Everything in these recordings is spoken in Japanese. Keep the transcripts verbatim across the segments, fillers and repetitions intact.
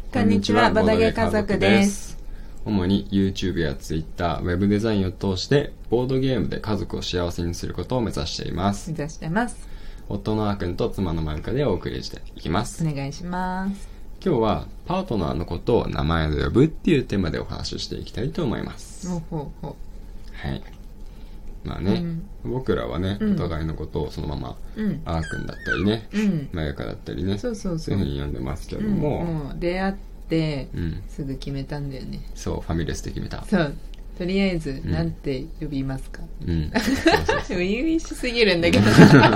こんにちは、ボドゲ家族です。 主に YouTube や Twitter、ウェブデザインを通してボードゲームで家族を幸せにすることを目指しています。 目指してます。 夫のあーくんと妻のまゆかでお送りしていきます。 お願いします。 今日はパートナーのことを名前で呼ぶっていうテーマでお話ししていきたいと思います。 ほうほうほう。はい。まあね、うん、僕らはね、お互いのことをそのまま、うん、あーくんだったりね、うん、まゆかだったりね、 そうそうそう、 そういう風に呼んでますけども、 うん、もう出会って、うん、すぐ決めたんだよね。 そう、ファミレスで決めた。 そう、とりあえず、うん、なんて呼びますか。うん。初々しすぎるんだけど。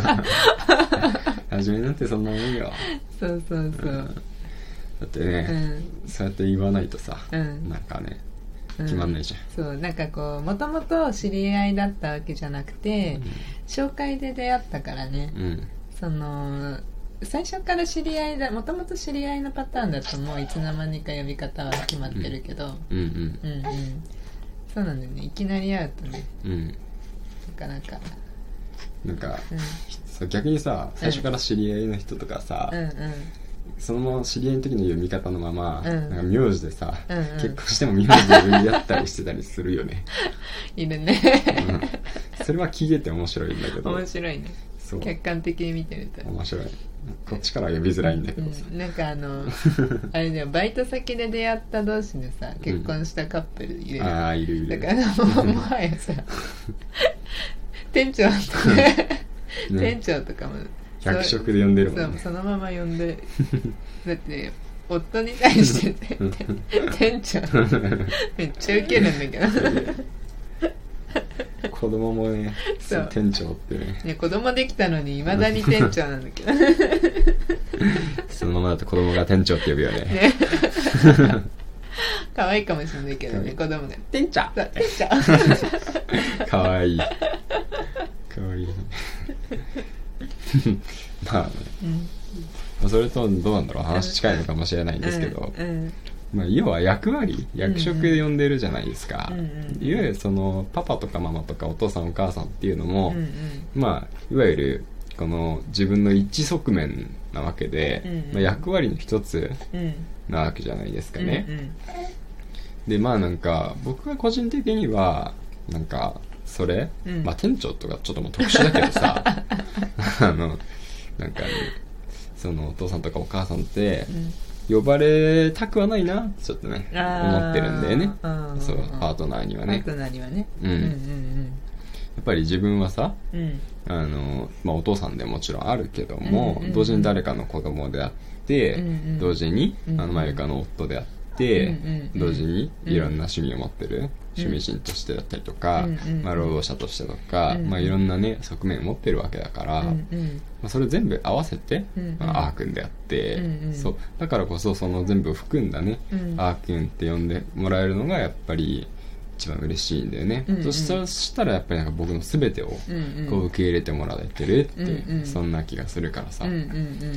初めなんてそんなもんよ。 そうそうそう。うん、 だってね、うん、そうやって言わないとさ、うん、なんかね。決まんないじゃん、 うん、そうなんかこうもともと知り合いだったわけじゃなくて、うん、紹介で出会ったからね、うん、その最初から知り合いだもともと知り合いのパターンだともういつの間にか呼び方は決まってるけど、うんうんうんうんうん、そうなんだよね。いきなり会うとね、うん、なかなかなんか、うん、そう逆にさ最初から知り合いの人とかさ、うんうんうん、そのまま知り合いの時の読み方のまま、うん、なんか名字でさ、うんうん、結婚しても名字で呼び合ったりしてたりするよね。 いるね、 うん。それは聞いてて面白いんだけど。 面白いね。そう客観的に見てみたい。 面白い。こっちからは呼びづらいんだけどさ、 うん、なんかあのあれだよ、バイト先で出会った同士でさ結婚したカップルいる、 うん、ああいるいる。 だからもうもはやさ店長とか、ね、店長とかも百色で呼んでるもんね。 そう、そのまま呼んでだって夫に対して店長めっちゃウケるんだけど子供もね、そう店長ってね、 ね、子供できたのに未だに店長なんだけどそのままだと子供が店長って呼ぶよね。ね可愛いかもしれないけどね、子供が店長店長可愛い可愛いまあね、うん、それとどうなんだろう、話近いのかもしれないんですけど、うんうんまあ、要は役割役職で呼んでるじゃないですか、うんうん、いわゆるそのパパとかママとかお父さんお母さんっていうのも、うんうん、まあいわゆるこの自分の一側面なわけで、うんうんまあ、役割の一つなわけじゃないですかね、うんうん、でまあなんか僕は個人的にはなんかそれ、うん、まあ店長とかちょっともう特殊だけどさあのなんかねそのお父さんとかお母さんって、うん、呼ばれたくはないなってちょっとね思ってるんだよね。そうパートナーにはねパートナーにはね、 うんうんうんうん、やっぱり自分はさ、うん、あのまあお父さんでもちろんあるけども、うんうんうん、同時に誰かの子供であって、うんうん、同時にあのマユカの夫であって、うんうんうん、同時にいろんな趣味を持ってる、うん趣味人としてだったりとか、うんうんまあ、労働者としてとか、うんうんまあ、いろんなね側面を持ってるわけだから、うんうんまあ、それ全部合わせて、うんうんまあ、あーくんであって、うんうん、そうだからこそその全部を含んだね、うん、あーくんって呼んでもらえるのがやっぱり一番嬉しいんだよね、うんうん、そしたら、そしたらやっぱりなんか僕の全てをこう受け入れてもらえてるって、うんうん、そんな気がするからさ、うんうんうん、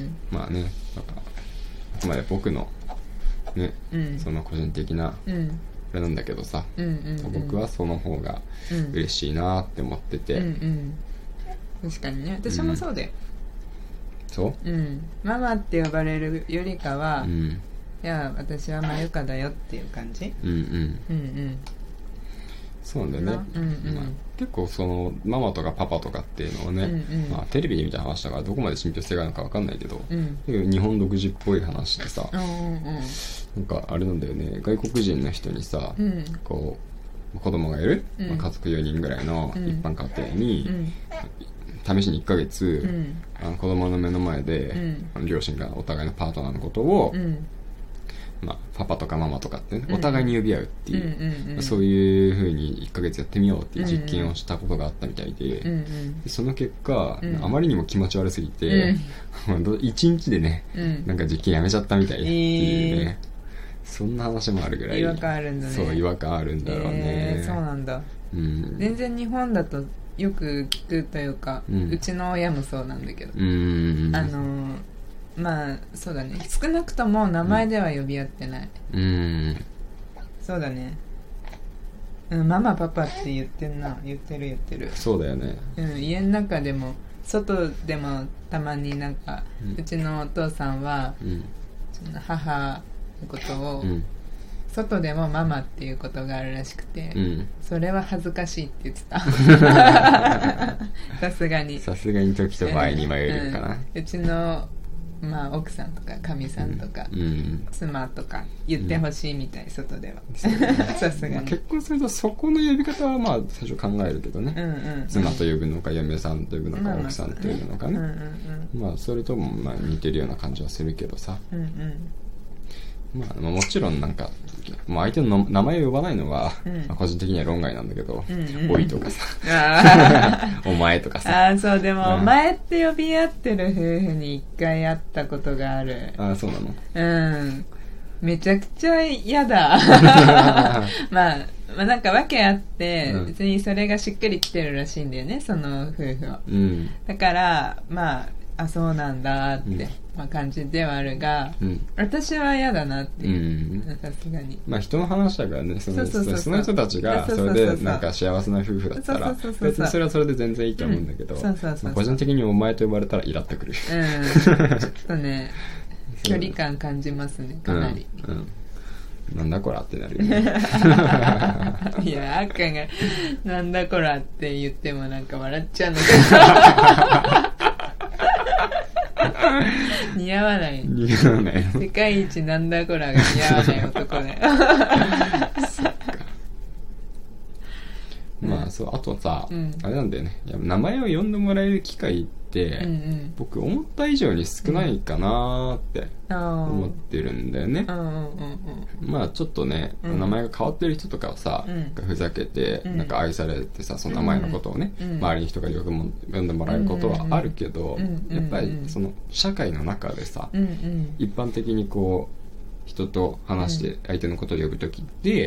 まあねだからあくまで僕のね、うん、その個人的な、うんあれなんだけどさ、うんうんうん、僕はその方が嬉しいなって思ってて、うんうん、確かにね私もそうだよ、 うん、そう、 うん、ママって呼ばれるよりかは、うん、いや私はまゆかだよっていう感じ、うんうんうんうんそうなんだよね、うんうんまあ、結構そのママとかパパとかっていうのはね、うんうんまあ、テレビで見た話だからどこまで信憑性があるのか分かんないけど、うん、日本独自っぽい話でさ、うんうんうん、なんかあれなんだよね外国人の人にさ、うん、こう子供がいる、うんまあ、家族よにんぐらいの一般家庭に、うん、試しにいっかげつ、うん、あの子供の目の前で、うん、両親がお互いのパートナーのことを、うんまあ、パパとかママとかって、ね、お互いに呼び合うっていう、うんうん、そういう風にいっかげつやってみようっていう実験をしたことがあったみたいで、うんうん、でその結果、うん、あまりにも気持ち悪すぎて、うん、いちにちでね、うん、なんか実験やめちゃったみたいっていうね、えー、そんな話もあるぐらい違和感あるんだね。 そう違和感あるんだろうね、 えー、そうなんだ、うん、全然日本だとよく聞くというか、うん、うちの親もそうなんだけど、うん、あのまあそうだね少なくとも名前では呼び合ってない、うん、そうだね、うん、ママパパって言ってんな言ってる言ってるそうだよね、 うん、家の中でも外でもたまになんか、うん、うちのお父さんは、うん、その母ことを、うん、外でもママっていうことがあるらしくて、うん、それは恥ずかしいって言ってた。さすがにさすがに時と場合に迷えるかな、 うん、うちのまあ、奥さんとかかみさんとか、うん、妻とか言ってほしいみたい、うん、外ではさすがに、まあ、 結婚するとそこの呼び方はまあ最初考えるけどね、うんうんうん、妻と呼ぶのか嫁さんと呼ぶのか、まあ、奥さんと呼ぶのかね、うんうんうん、まあそれともまあ似てるような感じはするけどさ、うんうんまあ、もちろんなんかもう相手の名前を呼ばないのは、うんまあ、個人的には論外なんだけど、うんうん、おいとかさお前とかさあそうでも、うん、お前って呼び合ってる夫婦に一回会ったことがある。 あそうなの。 うんめちゃくちゃ嫌だまあまあ、なんか訳あって、うん、別にそれがしっくりきてるらしいんだよねその夫婦は、うん、だからまああそうなんだって、うんまあ、感じではあるが、うん、私は嫌だなっていうさすがにまあ人の話だからねその、そうそうそうそうその人たちがそれでなんか幸せな夫婦だったら別にそれはそれで全然いいと思うんだけど個人的にお前と呼ばれたらイラってくる、 うん、ちょっとね距離感感じますねかなり、うんうんなんだこらってなるよねいやあっかんがなんだこらって言ってもなんか笑っちゃうんだけど似合わない似合わない世界一なんだこらが似合わない男だよそっかまあそうあとさ、うん、あれなんだよねいや名前を呼んでもらえる機会って、うんうん、僕思った以上に少ないかなって思ってるんだよね、うんうんうんうん、まあちょっとね、うん、名前が変わってる人とかはさ、うん、ふざけて、うん、なんか愛されてさその名前のことをね、うん、周りに人がよくも呼んでもらえることはあるけど、うんうんうん、やっぱりその社会の中でさ、うんうん、一般的にこう人と話して相手のことを呼ぶときって、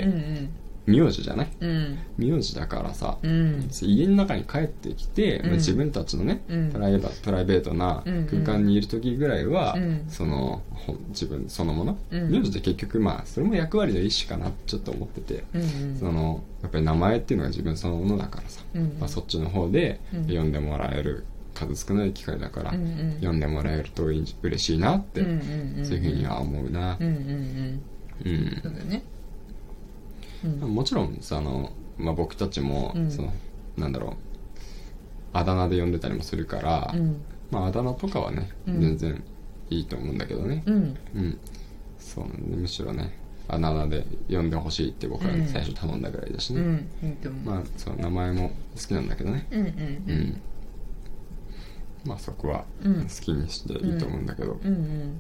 うんうん名字じゃない、うん、名字だからさ、うん、家の中に帰ってきて、うん、自分たちのね、うん、プライバプライベートな空間にいる時ぐらいは、うん、その自分そのもの、うん、名字って結局まあそれも役割の一種かなちょっと思ってて、うん、そのやっぱり名前っていうのが自分そのものだからさ、うんまあ、そっちの方で呼んでもらえる数少ない機会だから、うんうん、呼んでもらえると嬉しいなって、うんうんうん、そういうふうには思うな、うんうんうんうん、そうだねうん、もちろんさあの、まあ、僕たちも、うん、そのなんだろうあだ名で呼んでたりもするから、うんまあ、あだ名とかはね、うん、全然いいと思うんだけどね、うんうん、そうなんでむしろねあだ名で呼んでほしいって僕は、ねうん、最初頼んだぐらいだしね、うんいいと思うまあ、そう名前も好きなんだけどね、うんうんうん、まあそこは好きにしていいと思うんだけど、うんうんうん、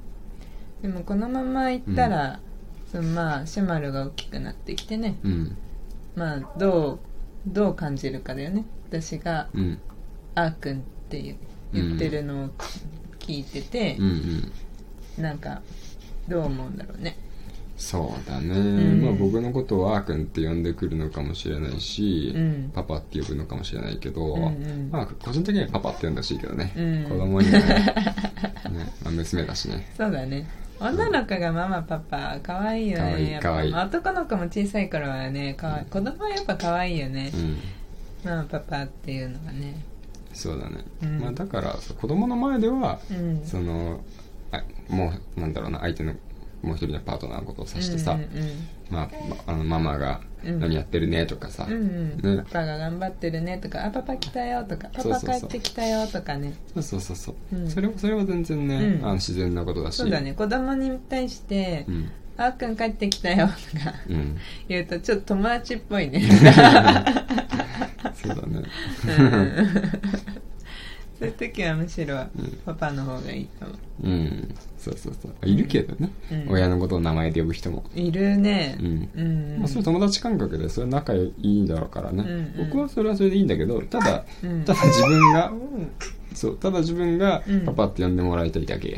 でもこのままいったら、うんそのまあシェマルが大きくなってきてね、うん、まあどうどう感じるかだよね私が、うん、あーくんって言ってるのを聞いてて、うんうん、なんかどう思うんだろうねそうだね、うんまあ、僕のことをあーくんって呼んでくるのかもしれないし、うん、パパって呼ぶのかもしれないけど、うんうん、まあ個人的にはパパって呼んでほしいけどね、うん、子供にはねね、まあ、娘だしねそうだね女の子がママパパ可愛いよねかわいいかわいい男の子も小さい頃はねかわいい、うん、子供はやっぱ可愛いよね、うん、ママパパっていうのがねそうだね、うんまあ、だから子供の前では、うん、そのあもうなんだろうな相手のもう一人のパートナーのことを指してさ、うんうんうんまあ、あのママが何やってるねとかさ、うんうんね、パパが頑張ってるねとかあパパ来たよとかパパ帰ってきたよとかねそうそうそうそう、うん、それそれは全然ね、うん、あの自然なことだしそうだね子供に対して、うん、あーくん帰ってきたよとか、うん、言うとちょっと友達っぽいねそうだね、うんそういう時はむしろパパの方がいいかもうんそうそうそういるけどね、うん、親のことを名前で呼ぶ人もいるねうん、うんまあ、それ友達感覚でそれ仲いいんだろうからね、うんうん、僕はそれはそれでいいんだけどただ、うん、ただ自分が、うん、そうただ自分がパパって呼んでもらいたいだけ、うん、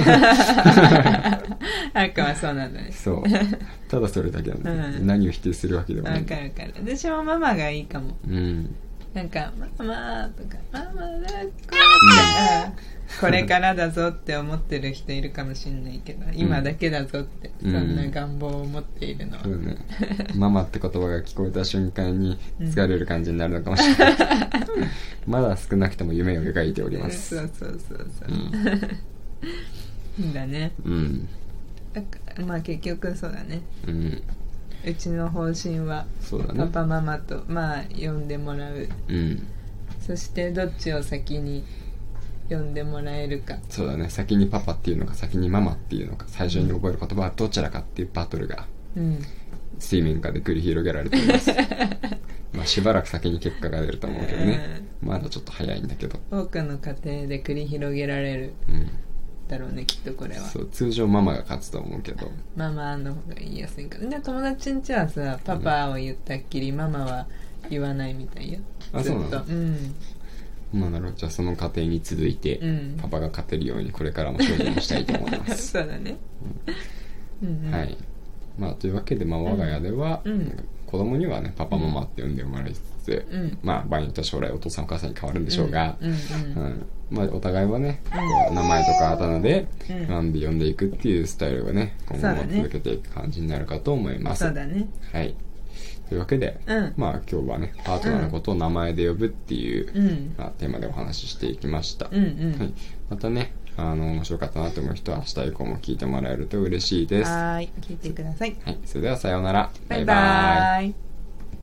あっかはそうなんだねそうただそれだけなんだ、うん、何を否定するわけでもない分かる分かる私もママがいいかもうんなんかママとかママだっこってこれからだぞって思ってる人いるかもしれないけど、うん、今だけだぞってそんな願望を持っているのは、うんね、ママって言葉が聞こえた瞬間に疲れる感じになるのかもしれない、うん、まだ少なくとも夢を描いておりますそうそうそうそう、うん、いいんだねうんだからまあ結局そうだね、 うん、 うちの方針はそうだね、 パパママとまあ呼んでもらう、 うん、 そしてどっちを先に呼んでもらえるか。 そうだね、先にパパっていうのか先にママっていうのか、最初に覚える言葉はどちらかっていうバトルが、うん、水面下で繰り広げられていますまあしばらく先に結果が出ると思うけどね、うん、まだちょっと早いんだけど、 多くの家庭で繰り広げられる、うんだろうね、きっとこれは。 そう通常ママが勝つと思うけど、 ママの方が言いやすいからね。友達んちはさ、パパを言ったっきり、うん、ママは言わないみたいよ。 あ、そうなの。うん。まあなるほど。じゃあその過程に続いて、うん、パパが勝てるようにこれからも精進したいと思いますそうだね、 うんうんうん、はい。まあというわけで、まあ、我が家では、うん、子供にはねパパママって呼んでもらいつつ、うん、まあ場合によっては将来お父さんお母さんに変わるんでしょうが、うんうんうんうん、まあ、お互いはね、うん、名前とかあだ名で、うん、なんで呼んでいくっていうスタイルがね今後も続けていく感じになるかと思います。 そうだね。 はい。というわけで、うん、まあ今日はねパートナーのことを名前で呼ぶっていう、うんまあ、テーマでお話ししていきました、うんうんはい、またねあの面白かったなと思う人は明日以降も聞いてもらえると嬉しいです。 はい、聞いてください。 はい、それではさようなら。 バイバーイ。